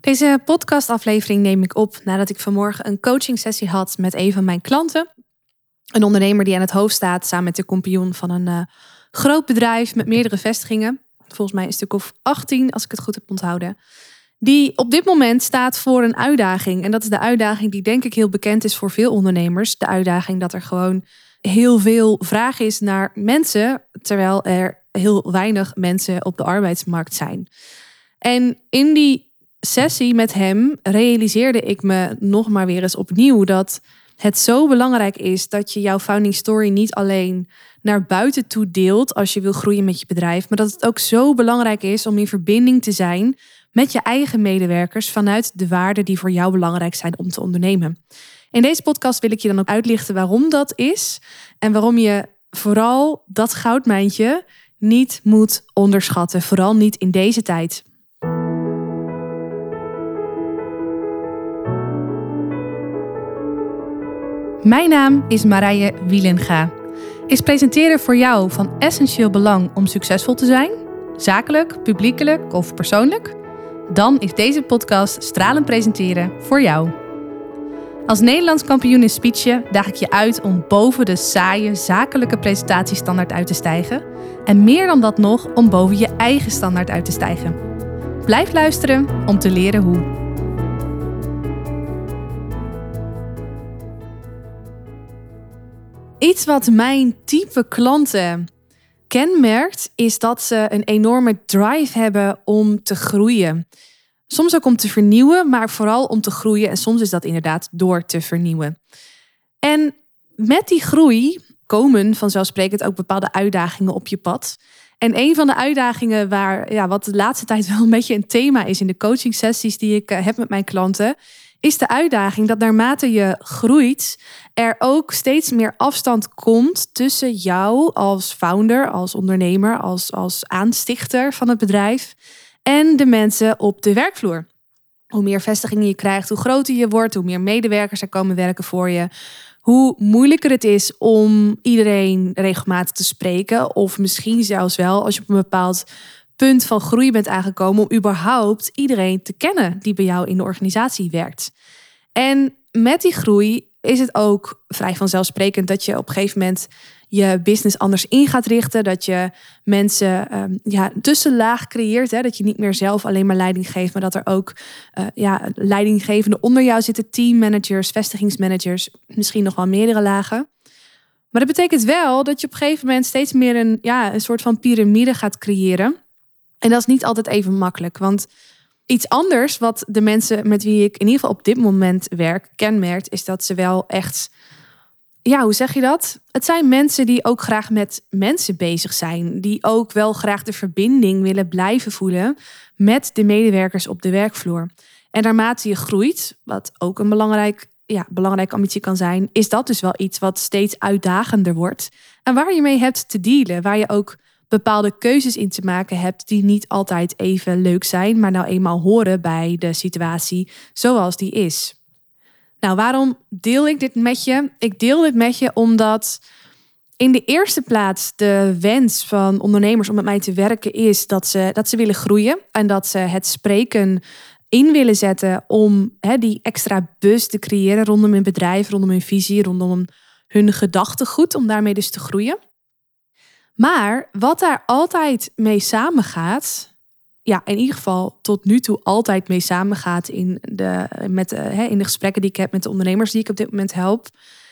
Deze podcastaflevering neem ik op nadat ik vanmorgen een coachingsessie had met een van mijn klanten. Een ondernemer die aan het hoofd staat samen met de compagnon van een groot bedrijf met meerdere vestigingen. Volgens mij een stuk of 18 als ik het goed heb onthouden. Die op dit moment staat voor een uitdaging. En dat is de uitdaging die denk ik heel bekend is voor veel ondernemers. De uitdaging dat er gewoon heel veel vraag is naar mensen, terwijl er heel weinig mensen op de arbeidsmarkt zijn. En in die sessie met hem realiseerde ik me nog maar weer eens opnieuw dat het zo belangrijk is dat je jouw founding story niet alleen naar buiten toe deelt als je wil groeien met je bedrijf, maar dat het ook zo belangrijk is om in verbinding te zijn met je eigen medewerkers vanuit de waarden die voor jou belangrijk zijn om te ondernemen. In deze podcast wil ik je dan ook uitlichten waarom dat is en waarom je vooral dat goudmijntje niet moet onderschatten, vooral niet in deze tijd. Mijn naam is Marije Wielenga. Is presenteren voor jou van essentieel belang om succesvol te zijn? Zakelijk, publiekelijk of persoonlijk? Dan is deze podcast Stralend Presenteren voor jou. Als Nederlands kampioen in speechen daag ik je uit om boven de saaie zakelijke presentatiestandaard uit te stijgen. En meer dan dat nog, om boven je eigen standaard uit te stijgen. Blijf luisteren om te leren hoe. Iets wat mijn type klanten kenmerkt, is dat ze een enorme drive hebben om te groeien. Soms ook om te vernieuwen, maar vooral om te groeien. En soms is dat inderdaad door te vernieuwen. En met die groei komen vanzelfsprekend ook bepaalde uitdagingen op je pad. En een van de uitdagingen wat de laatste tijd wel een beetje een thema is in de coaching sessies die ik heb met mijn klanten, is de uitdaging dat naarmate je groeit, er ook steeds meer afstand komt tussen jou als founder, als ondernemer, als aanstichter van het bedrijf en de mensen op de werkvloer. Hoe meer vestigingen je krijgt, hoe groter je wordt, hoe meer medewerkers er komen werken voor je, hoe moeilijker het is om iedereen regelmatig te spreken, of misschien zelfs wel als je op een bepaald punt van groei bent aangekomen om überhaupt iedereen te kennen die bij jou in de organisatie werkt. En met die groei is het ook vrij vanzelfsprekend dat je op een gegeven moment je business anders in gaat richten. Dat je mensen tussenlaag creëert. Dat je niet meer zelf alleen maar leiding geeft, maar dat er ook leidinggevenden onder jou zitten. Teammanagers, vestigingsmanagers, misschien nog wel meerdere lagen. Maar dat betekent wel dat je op een gegeven moment steeds meer een soort van piramide gaat creëren. En dat is niet altijd even makkelijk. Want iets anders wat de mensen met wie ik in ieder geval op dit moment werk kenmerkt, is dat ze wel echt, hoe zeg je dat? Het zijn mensen die ook graag met mensen bezig zijn. Die ook wel graag de verbinding willen blijven voelen met de medewerkers op de werkvloer. En naarmate je groeit, wat ook een belangrijke ambitie kan zijn, is dat dus wel iets wat steeds uitdagender wordt. En waar je mee hebt te dealen, waar je ook bepaalde keuzes in te maken hebt die niet altijd even leuk zijn, maar nou eenmaal horen bij de situatie zoals die is. Nou, waarom deel ik dit met je? Ik deel dit met je omdat in de eerste plaats de wens van ondernemers om met mij te werken is dat ze willen groeien en dat ze het spreken in willen zetten om die extra buzz te creëren rondom hun bedrijf, rondom hun visie, rondom hun gedachtegoed, om daarmee dus te groeien. Maar wat daar altijd mee samengaat, in ieder geval tot nu toe altijd mee samengaat in de gesprekken die ik heb met de ondernemers die ik op dit moment help,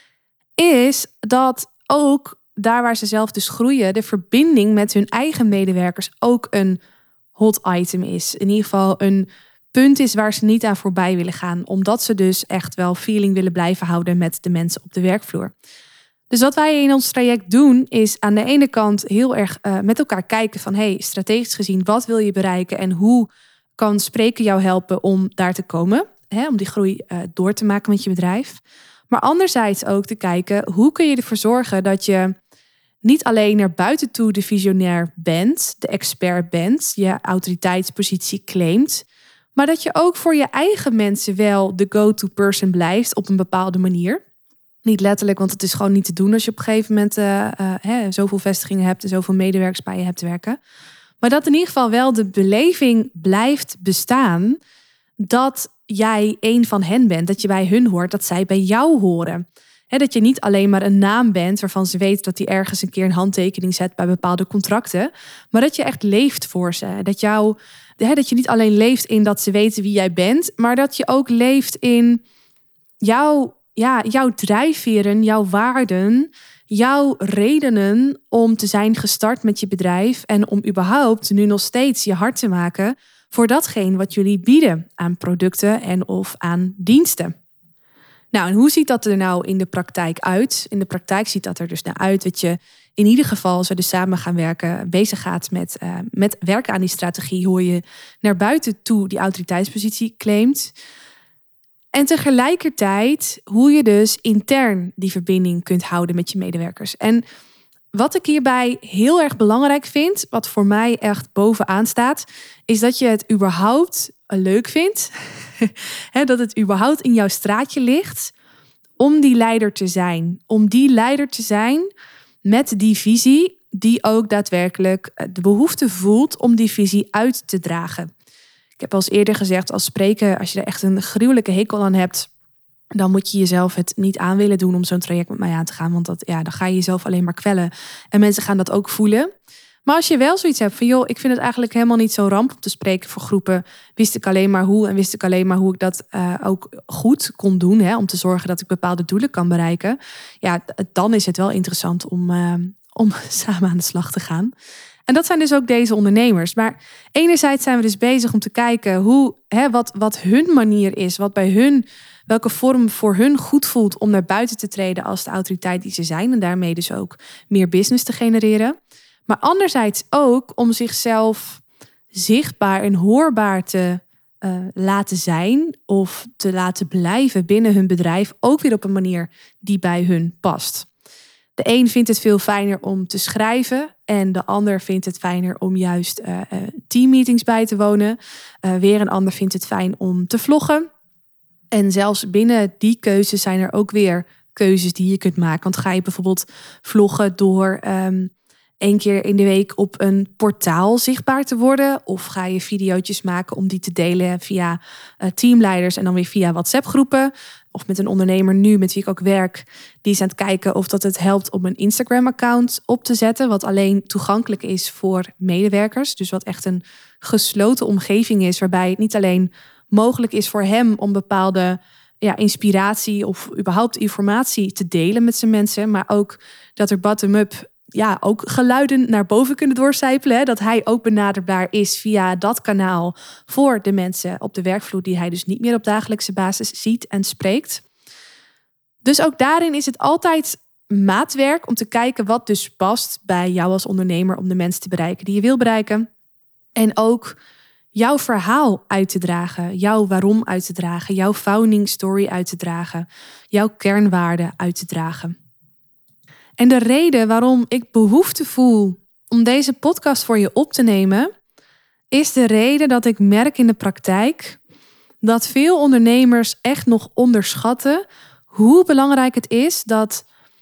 is dat ook daar waar ze zelf dus groeien, de verbinding met hun eigen medewerkers ook een hot item is. In ieder geval een punt is waar ze niet aan voorbij willen gaan, omdat ze dus echt wel feeling willen blijven houden met de mensen op de werkvloer. Dus wat wij in ons traject doen, is aan de ene kant heel erg met elkaar kijken van strategisch gezien, wat wil je bereiken en hoe kan spreken jou helpen om daar te komen, om die groei door te maken met je bedrijf. Maar anderzijds ook te kijken, hoe kun je ervoor zorgen dat je niet alleen naar buiten toe de visionair bent, de expert bent, je autoriteitspositie claimt, maar dat je ook voor je eigen mensen wel de go-to person blijft op een bepaalde manier. Niet letterlijk, want het is gewoon niet te doen als je op een gegeven moment zoveel vestigingen hebt en zoveel medewerkers bij je hebt werken. Maar dat in ieder geval wel de beleving blijft bestaan dat jij een van hen bent, dat je bij hun hoort, dat zij bij jou horen. Dat je niet alleen maar een naam bent waarvan ze weten dat hij ergens een keer een handtekening zet bij bepaalde contracten, maar dat je echt leeft voor ze. Dat je niet alleen leeft in dat ze weten wie jij bent, maar dat je ook leeft in jouw drijfveren, jouw waarden, jouw redenen om te zijn gestart met je bedrijf en om überhaupt nu nog steeds je hart te maken voor datgene wat jullie bieden aan producten en of aan diensten. Nou, en hoe ziet dat er nou in de praktijk uit? In de praktijk ziet dat er dus naar uit dat je in ieder geval, als we dus samen gaan werken, bezig gaat met werken aan die strategie, hoe je naar buiten toe die autoriteitspositie claimt. En tegelijkertijd hoe je dus intern die verbinding kunt houden met je medewerkers. En wat ik hierbij heel erg belangrijk vind, wat voor mij echt bovenaan staat, is dat je het überhaupt leuk vindt. Dat het überhaupt in jouw straatje ligt om die leider te zijn. Om die leider te zijn met die visie die ook daadwerkelijk de behoefte voelt om die visie uit te dragen. Ik heb al eens eerder gezegd, als spreker, als je er echt een gruwelijke hekel aan hebt, dan moet je jezelf het niet aan willen doen om zo'n traject met mij aan te gaan. Want dan ga je jezelf alleen maar kwellen. En mensen gaan dat ook voelen. Maar als je wel zoiets hebt van, joh, ik vind het eigenlijk helemaal niet zo'n ramp om te spreken voor groepen. Wist ik alleen maar hoe en wist ik alleen maar hoe ik dat ook goed kon doen. Om te zorgen dat ik bepaalde doelen kan bereiken. Ja, dan is het wel interessant om samen aan de slag te gaan. En dat zijn dus ook deze ondernemers. Maar enerzijds zijn we dus bezig om te kijken wat hun manier is. Wat bij hun, welke vorm voor hun goed voelt om naar buiten te treden als de autoriteit die ze zijn. En daarmee dus ook meer business te genereren. Maar anderzijds ook om zichzelf zichtbaar en hoorbaar te laten zijn of te laten blijven binnen hun bedrijf. Ook weer op een manier die bij hun past. De een vindt het veel fijner om te schrijven en de ander vindt het fijner om juist teammeetings bij te wonen. Weer een ander vindt het fijn om te vloggen. En zelfs binnen die keuzes zijn er ook weer keuzes die je kunt maken. Want ga je bijvoorbeeld vloggen door 1 keer in de week op een portaal zichtbaar te worden? Of ga je video's maken om die te delen via teamleiders en dan weer via WhatsApp-groepen? Of met een ondernemer nu met wie ik ook werk, die is aan het kijken of dat het helpt om een Instagram-account op te zetten, wat alleen toegankelijk is voor medewerkers. Dus wat echt een gesloten omgeving is, waarbij het niet alleen mogelijk is voor hem om bepaalde inspiratie of überhaupt informatie te delen met zijn mensen, maar ook dat er bottom-up ook geluiden naar boven kunnen doorcijpelen. Dat hij ook benaderbaar is via dat kanaal voor de mensen op de werkvloer die hij dus niet meer op dagelijkse basis ziet en spreekt. Dus ook daarin is het altijd maatwerk om te kijken wat dus past bij jou als ondernemer om de mensen te bereiken die je wil bereiken. En ook jouw verhaal uit te dragen, jouw waarom uit te dragen, jouw founding story uit te dragen, jouw kernwaarden uit te dragen. En de reden waarom ik behoefte voel om deze podcast voor je op te nemen, is de reden dat ik merk in de praktijk dat veel ondernemers echt nog onderschatten hoe belangrijk het is dat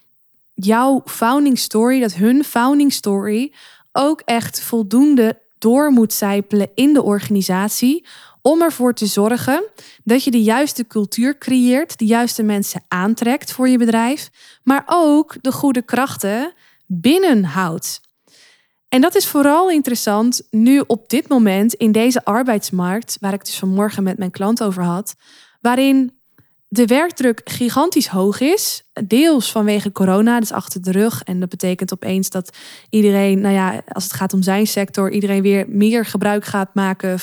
jouw founding story, dat hun founding story ook echt voldoende door moet sijpelen in de organisatie om ervoor te zorgen dat je de juiste cultuur creëert, de juiste mensen aantrekt voor je bedrijf, maar ook de goede krachten binnenhoudt. En dat is vooral interessant nu op dit moment in deze arbeidsmarkt, waar ik dus vanmorgen met mijn klant over had, waarin de werkdruk gigantisch hoog is, deels vanwege corona, dus achter de rug. En dat betekent opeens dat iedereen, als het gaat om zijn sector, iedereen weer meer gebruik gaat maken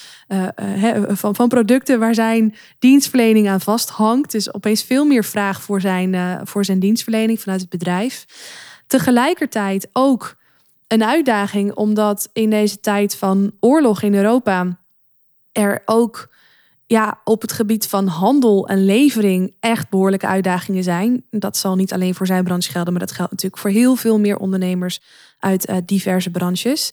van producten waar zijn dienstverlening aan vasthangt. Dus opeens veel meer vraag voor zijn dienstverlening vanuit het bedrijf. Tegelijkertijd ook een uitdaging, omdat in deze tijd van oorlog in Europa er ook op het gebied van handel en levering echt behoorlijke uitdagingen zijn. Dat zal niet alleen voor zijn branche gelden, maar dat geldt natuurlijk voor heel veel meer ondernemers uit diverse branches.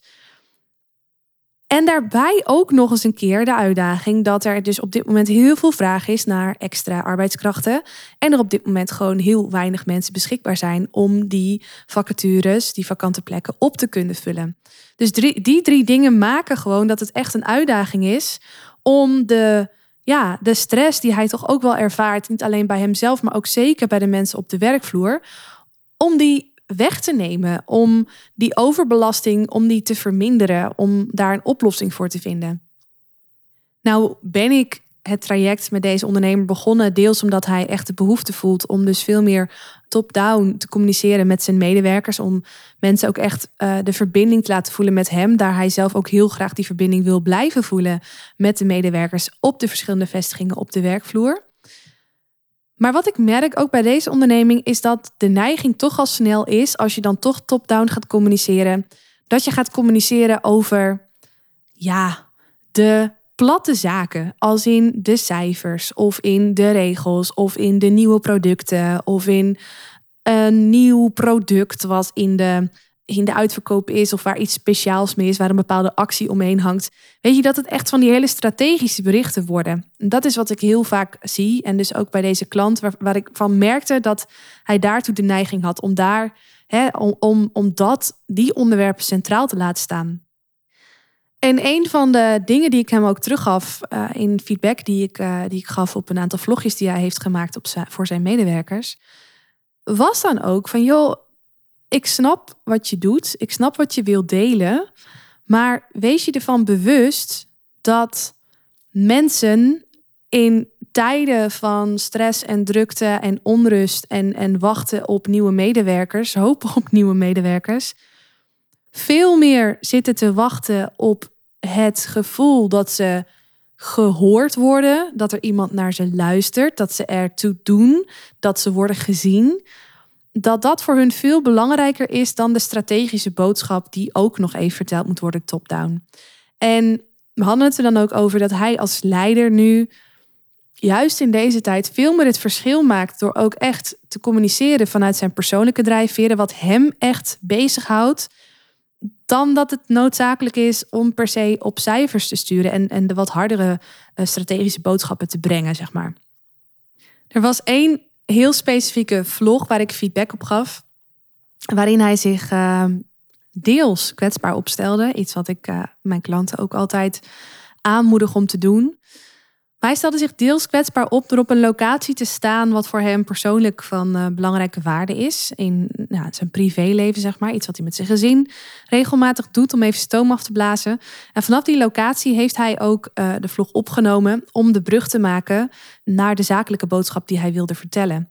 En daarbij ook nog eens een keer de uitdaging dat er dus op dit moment heel veel vraag is naar extra arbeidskrachten. En er op dit moment gewoon heel weinig mensen beschikbaar zijn om die vacatures, die vakante plekken op te kunnen vullen. Dus die 3 dingen maken gewoon dat het echt een uitdaging is om de de stress die hij toch ook wel ervaart, niet alleen bij hemzelf, maar ook zeker bij de mensen op de werkvloer, om die weg te nemen, om die overbelasting, om die te verminderen, om daar een oplossing voor te vinden. Nou ben ik het traject met deze ondernemer begonnen, deels omdat hij echt de behoefte voelt om dus veel meer top-down te communiceren met zijn medewerkers, om mensen ook echt de verbinding te laten voelen met hem, daar hij zelf ook heel graag die verbinding wil blijven voelen met de medewerkers op de verschillende vestigingen op de werkvloer. Maar wat ik merk ook bij deze onderneming is dat de neiging toch al snel is, als je dan toch top-down gaat communiceren, dat je gaat communiceren over de platte zaken, als in de cijfers of in de regels of in de nieuwe producten of in een nieuw product wat in de uitverkoop is of waar iets speciaals mee is, waar een bepaalde actie omheen hangt. Weet je, dat het echt van die hele strategische berichten worden. En dat is wat ik heel vaak zie. En dus ook bij deze klant, waar ik van merkte dat hij daartoe de neiging had om daar, om die onderwerpen centraal te laten staan. En een van de dingen die ik hem ook teruggaf in feedback die ik gaf op een aantal vlogjes die hij heeft gemaakt voor zijn medewerkers, was dan ook van, joh, ik snap wat je doet, ik snap wat je wilt delen, maar wees je ervan bewust dat mensen in tijden van stress en drukte en onrust en wachten op nieuwe medewerkers, hopen op nieuwe medewerkers, veel meer zitten te wachten op het gevoel dat ze gehoord worden, dat er iemand naar ze luistert, dat ze ertoe doen, dat ze worden gezien, dat voor hun veel belangrijker is dan de strategische boodschap die ook nog even verteld moet worden top-down. En we hadden het er dan ook over dat hij als leider nu juist in deze tijd veel meer het verschil maakt door ook echt te communiceren vanuit zijn persoonlijke drijfveren, wat hem echt bezighoudt, dan dat het noodzakelijk is om per se op cijfers te sturen en de wat hardere strategische boodschappen te brengen, zeg maar. Er was één heel specifieke vlog waar ik feedback op gaf, waarin hij zich deels kwetsbaar opstelde. Iets wat ik mijn klanten ook altijd aanmoedig om te doen. Maar hij stelde zich deels kwetsbaar op door op een locatie te staan wat voor hem persoonlijk van belangrijke waarde is. In zijn privéleven, zeg maar. Iets wat hij met zijn gezin regelmatig doet om even stoom af te blazen. En vanaf die locatie heeft hij ook de vlog opgenomen om de brug te maken naar de zakelijke boodschap die hij wilde vertellen.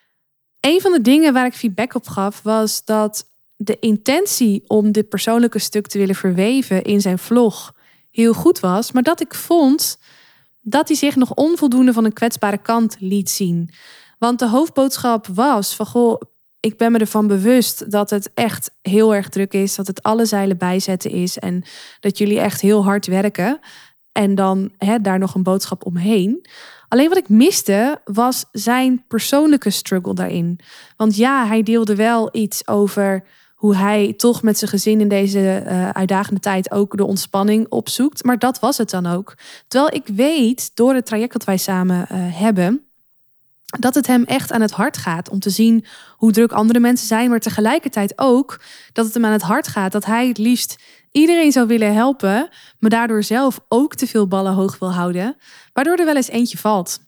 Een van de dingen waar ik feedback op gaf was dat de intentie om dit persoonlijke stuk te willen verweven in zijn vlog heel goed was. Maar dat ik vond dat hij zich nog onvoldoende van een kwetsbare kant liet zien. Want de hoofdboodschap was van, goh, ik ben me ervan bewust dat het echt heel erg druk is, dat het alle zeilen bijzetten is en dat jullie echt heel hard werken. En dan daar nog een boodschap omheen. Alleen wat ik miste was zijn persoonlijke struggle daarin. Want ja, hij deelde wel iets over hoe hij toch met zijn gezin in deze uitdagende tijd ook de ontspanning opzoekt. Maar dat was het dan ook. Terwijl ik weet, door het traject dat wij samen hebben, dat het hem echt aan het hart gaat om te zien hoe druk andere mensen zijn. Maar tegelijkertijd ook dat het hem aan het hart gaat dat hij het liefst iedereen zou willen helpen, maar daardoor zelf ook te veel ballen hoog wil houden, waardoor er wel eens eentje valt.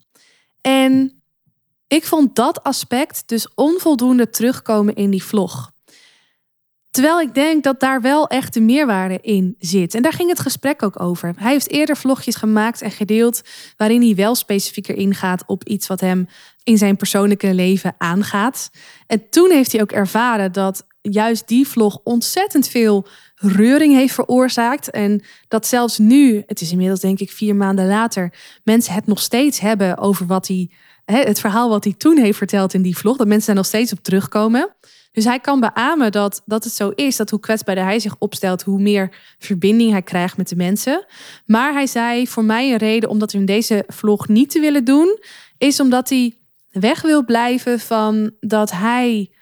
En ik vond dat aspect dus onvoldoende terugkomen in die vlog. Terwijl ik denk dat daar wel echt de meerwaarde in zit. En daar ging het gesprek ook over. Hij heeft eerder vlogjes gemaakt en gedeeld waarin hij wel specifieker ingaat op iets wat hem in zijn persoonlijke leven aangaat. En toen heeft hij ook ervaren dat juist die vlog ontzettend veel reuring heeft veroorzaakt. En dat zelfs nu, het is inmiddels denk ik 4 maanden later, mensen het nog steeds hebben over het verhaal wat hij toen heeft verteld in die vlog. Dat mensen daar nog steeds op terugkomen. Dus hij kan beamen dat het zo is, dat hoe kwetsbaarder hij zich opstelt, hoe meer verbinding hij krijgt met de mensen. Maar hij zei, voor mij een reden om dat in deze vlog niet te willen doen, is omdat hij weg wil blijven van dat hij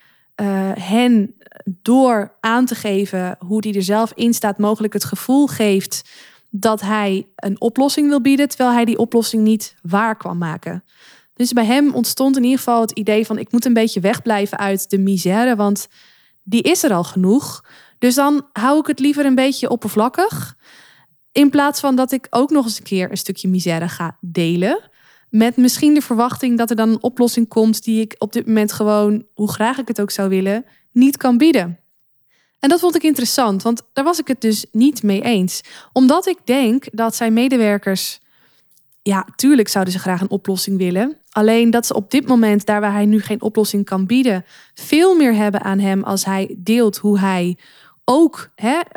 hen door aan te geven hoe hij er zelf in staat, mogelijk het gevoel geeft dat hij een oplossing wil bieden, terwijl hij die oplossing niet waar kwam maken. Dus bij hem ontstond in ieder geval het idee van, ik moet een beetje wegblijven uit de misère, want die is er al genoeg. Dus dan hou ik het liever een beetje oppervlakkig. In plaats van dat ik ook nog eens een keer een stukje misère ga delen. Met misschien de verwachting dat er dan een oplossing komt die ik op dit moment gewoon, hoe graag ik het ook zou willen, niet kan bieden. En dat vond ik interessant, want daar was ik het dus niet mee eens. Omdat ik denk dat zijn medewerkers, ja, tuurlijk zouden ze graag een oplossing willen. Alleen dat ze op dit moment, daar waar hij nu geen oplossing kan bieden, veel meer hebben aan hem als hij deelt hoe hij ook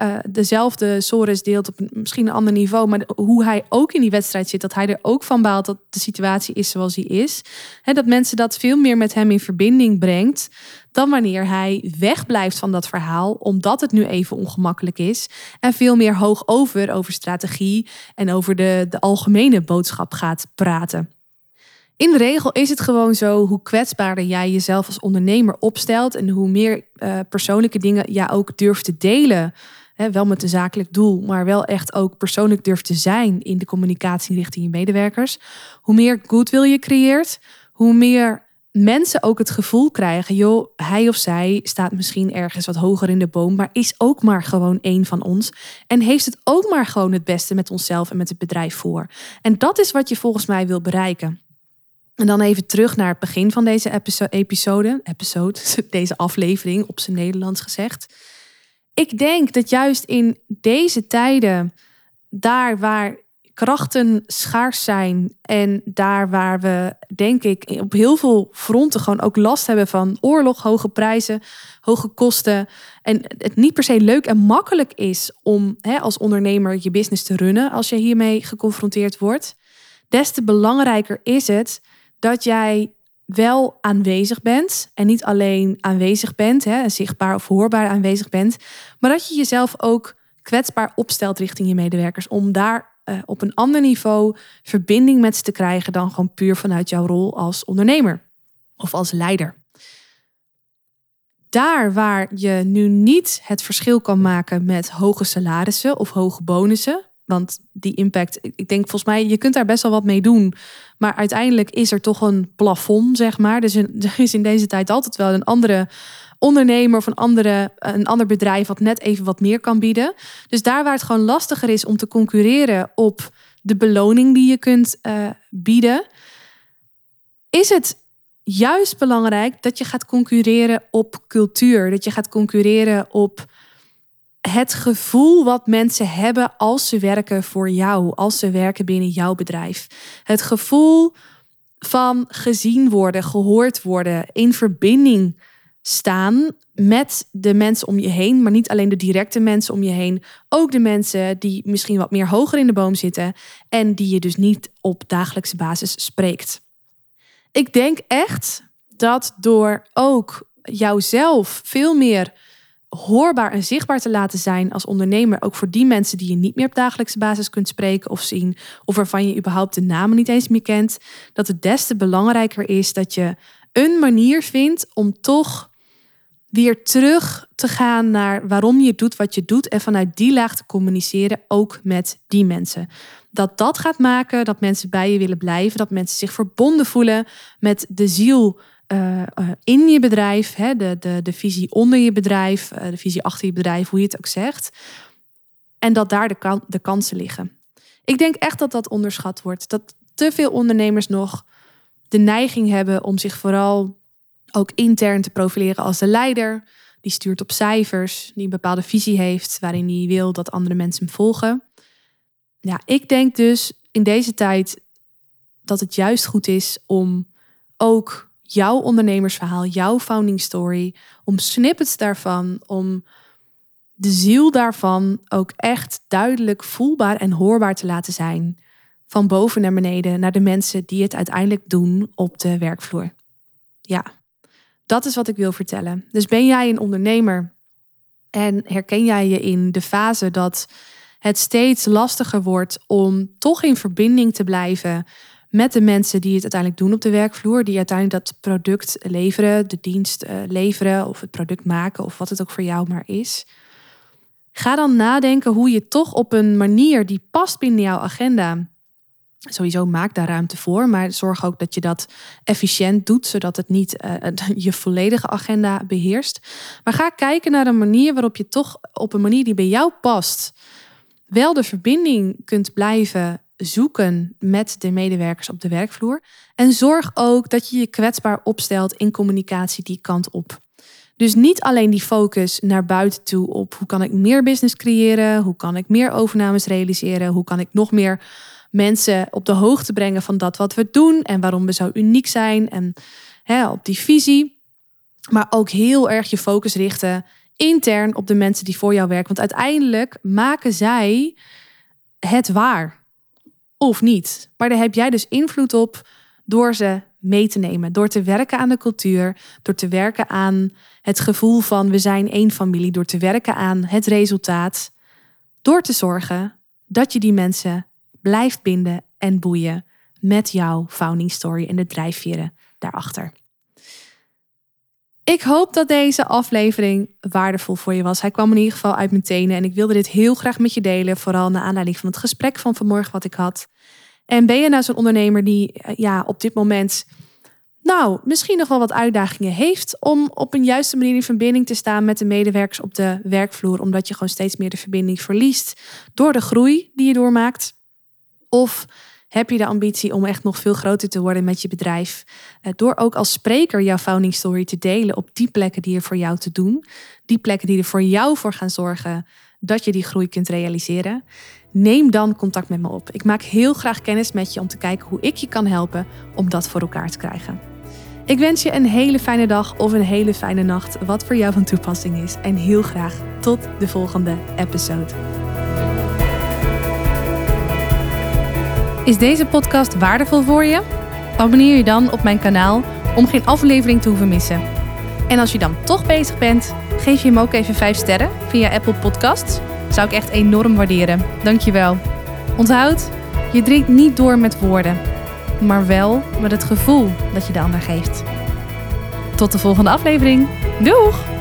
dezelfde sores deelt op misschien een ander niveau, maar hoe hij ook in die wedstrijd zit, dat hij er ook van baalt dat de situatie is zoals die is. Dat mensen dat veel meer met hem in verbinding brengt dan wanneer hij wegblijft van dat verhaal, omdat het nu even ongemakkelijk is en veel meer hoog over strategie en over de algemene boodschap gaat praten. In de regel is het gewoon zo, hoe kwetsbaarder jij jezelf als ondernemer opstelt en hoe meer persoonlijke dingen jij ook durft te delen. Wel met een zakelijk doel, maar wel echt ook persoonlijk durft te zijn in de communicatie richting je medewerkers. Hoe meer goodwill je creëert, hoe meer mensen ook het gevoel krijgen, joh, hij of zij staat misschien ergens wat hoger in de boom, maar is ook maar gewoon één van ons. En heeft het ook maar gewoon het beste met onszelf en met het bedrijf voor. En dat is wat je volgens mij wil bereiken. En dan even terug naar het begin van deze episode, deze aflevering op zijn Nederlands gezegd. Ik denk dat juist in deze tijden, daar waar krachten schaars zijn en daar waar we, denk ik, op heel veel fronten gewoon ook last hebben van oorlog, hoge prijzen, hoge kosten en het niet per se leuk en makkelijk is om als ondernemer je business te runnen als je hiermee geconfronteerd wordt, des te belangrijker is het dat jij wel aanwezig bent. En niet alleen aanwezig bent, zichtbaar of hoorbaar aanwezig bent. Maar dat je jezelf ook kwetsbaar opstelt richting je medewerkers. Om daar op een ander niveau verbinding met ze te krijgen dan gewoon puur vanuit jouw rol als ondernemer. Of als leider. Daar waar je nu niet het verschil kan maken met hoge salarissen of hoge bonussen. Want die impact, ik denk volgens mij, je kunt daar best wel wat mee doen. Maar uiteindelijk is er toch een plafond, zeg maar. Dus er is in deze tijd altijd wel een andere ondernemer of een ander bedrijf wat net even wat meer kan bieden. Dus daar waar het gewoon lastiger is om te concurreren op de beloning die je kunt bieden, is het juist belangrijk dat je gaat concurreren op cultuur. Dat je gaat concurreren op het gevoel wat mensen hebben als ze werken voor jou, als ze werken binnen jouw bedrijf. Het gevoel van gezien worden, gehoord worden, in verbinding staan met de mensen om je heen, maar niet alleen de directe mensen om je heen, ook de mensen die misschien wat meer hoger in de boom zitten en die je dus niet op dagelijkse basis spreekt. Ik denk echt dat door ook jouzelf veel meer hoorbaar en zichtbaar te laten zijn als ondernemer, ook voor die mensen die je niet meer op dagelijkse basis kunt spreken of zien, of waarvan je überhaupt de namen niet eens meer kent, dat het des te belangrijker is dat je een manier vindt om toch weer terug te gaan naar waarom je doet wat je doet en vanuit die laag te communiceren ook met die mensen. Dat gaat maken dat mensen bij je willen blijven, dat mensen zich verbonden voelen met de ziel in je bedrijf, de visie onder je bedrijf, de visie achter je bedrijf, hoe je het ook zegt. En dat daar de kansen liggen. Ik denk echt dat dat onderschat wordt. Dat te veel ondernemers nog de neiging hebben om zich vooral ook intern te profileren als de leider. Die stuurt op cijfers, die een bepaalde visie heeft, waarin hij wil dat andere mensen hem volgen. Ja, ik denk dus in deze tijd dat het juist goed is om ook jouw ondernemersverhaal, jouw founding story, om snippets daarvan, om de ziel daarvan ook echt duidelijk voelbaar en hoorbaar te laten zijn. Van boven naar beneden, naar de mensen die het uiteindelijk doen op de werkvloer. Ja, dat is wat ik wil vertellen. Dus ben jij een ondernemer en herken jij je in de fase dat het steeds lastiger wordt om toch in verbinding te blijven met de mensen die het uiteindelijk doen op de werkvloer, die uiteindelijk dat product leveren, de dienst leveren of het product maken of wat het ook voor jou maar is. Ga dan nadenken hoe je toch op een manier die past binnen jouw agenda. Sowieso maak daar ruimte voor, maar zorg ook dat je dat efficiënt doet, zodat het niet je volledige agenda beheerst. Maar ga kijken naar een manier waarop je toch op een manier die bij jou past wel de verbinding kunt blijven zoeken met de medewerkers op de werkvloer. En zorg ook dat je je kwetsbaar opstelt in communicatie die kant op. Dus niet alleen die focus naar buiten toe op hoe kan ik meer business creëren, hoe kan ik meer overnames realiseren, hoe kan ik nog meer mensen op de hoogte brengen van dat wat we doen en waarom we zo uniek zijn en op die visie. Maar ook heel erg je focus richten intern op de mensen die voor jou werken. Want uiteindelijk maken zij het waar. Of niet. Maar daar heb jij dus invloed op door ze mee te nemen. Door te werken aan de cultuur. Door te werken aan het gevoel van we zijn één familie. Door te werken aan het resultaat. Door te zorgen dat je die mensen blijft binden en boeien met jouw founding story en de drijfveren daarachter. Ik hoop dat deze aflevering waardevol voor je was. Hij kwam in ieder geval uit mijn tenen en ik wilde dit heel graag met je delen. Vooral naar aanleiding van het gesprek van vanmorgen wat ik had. En ben je nou zo'n ondernemer die op dit moment misschien nog wel wat uitdagingen heeft om op een juiste manier in verbinding te staan met de medewerkers op de werkvloer. Omdat je gewoon steeds meer de verbinding verliest door de groei die je doormaakt. Of heb je de ambitie om echt nog veel groter te worden met je bedrijf? Door ook als spreker jouw founding story te delen op die plekken die er voor jou te doen. Die plekken die er voor jou voor gaan zorgen dat je die groei kunt realiseren. Neem dan contact met me op. Ik maak heel graag kennis met je om te kijken hoe ik je kan helpen om dat voor elkaar te krijgen. Ik wens je een hele fijne dag of een hele fijne nacht, wat voor jou van toepassing is. En heel graag tot de volgende episode. Is deze podcast waardevol voor je? Abonneer je dan op mijn kanaal om geen aflevering te hoeven missen. En als je dan toch bezig bent, geef je hem ook even 5 sterren via Apple Podcasts. Zou ik echt enorm waarderen. Dankjewel. Onthoud, je drinkt niet door met woorden, maar wel met het gevoel dat je de ander geeft. Tot de volgende aflevering. Doeg!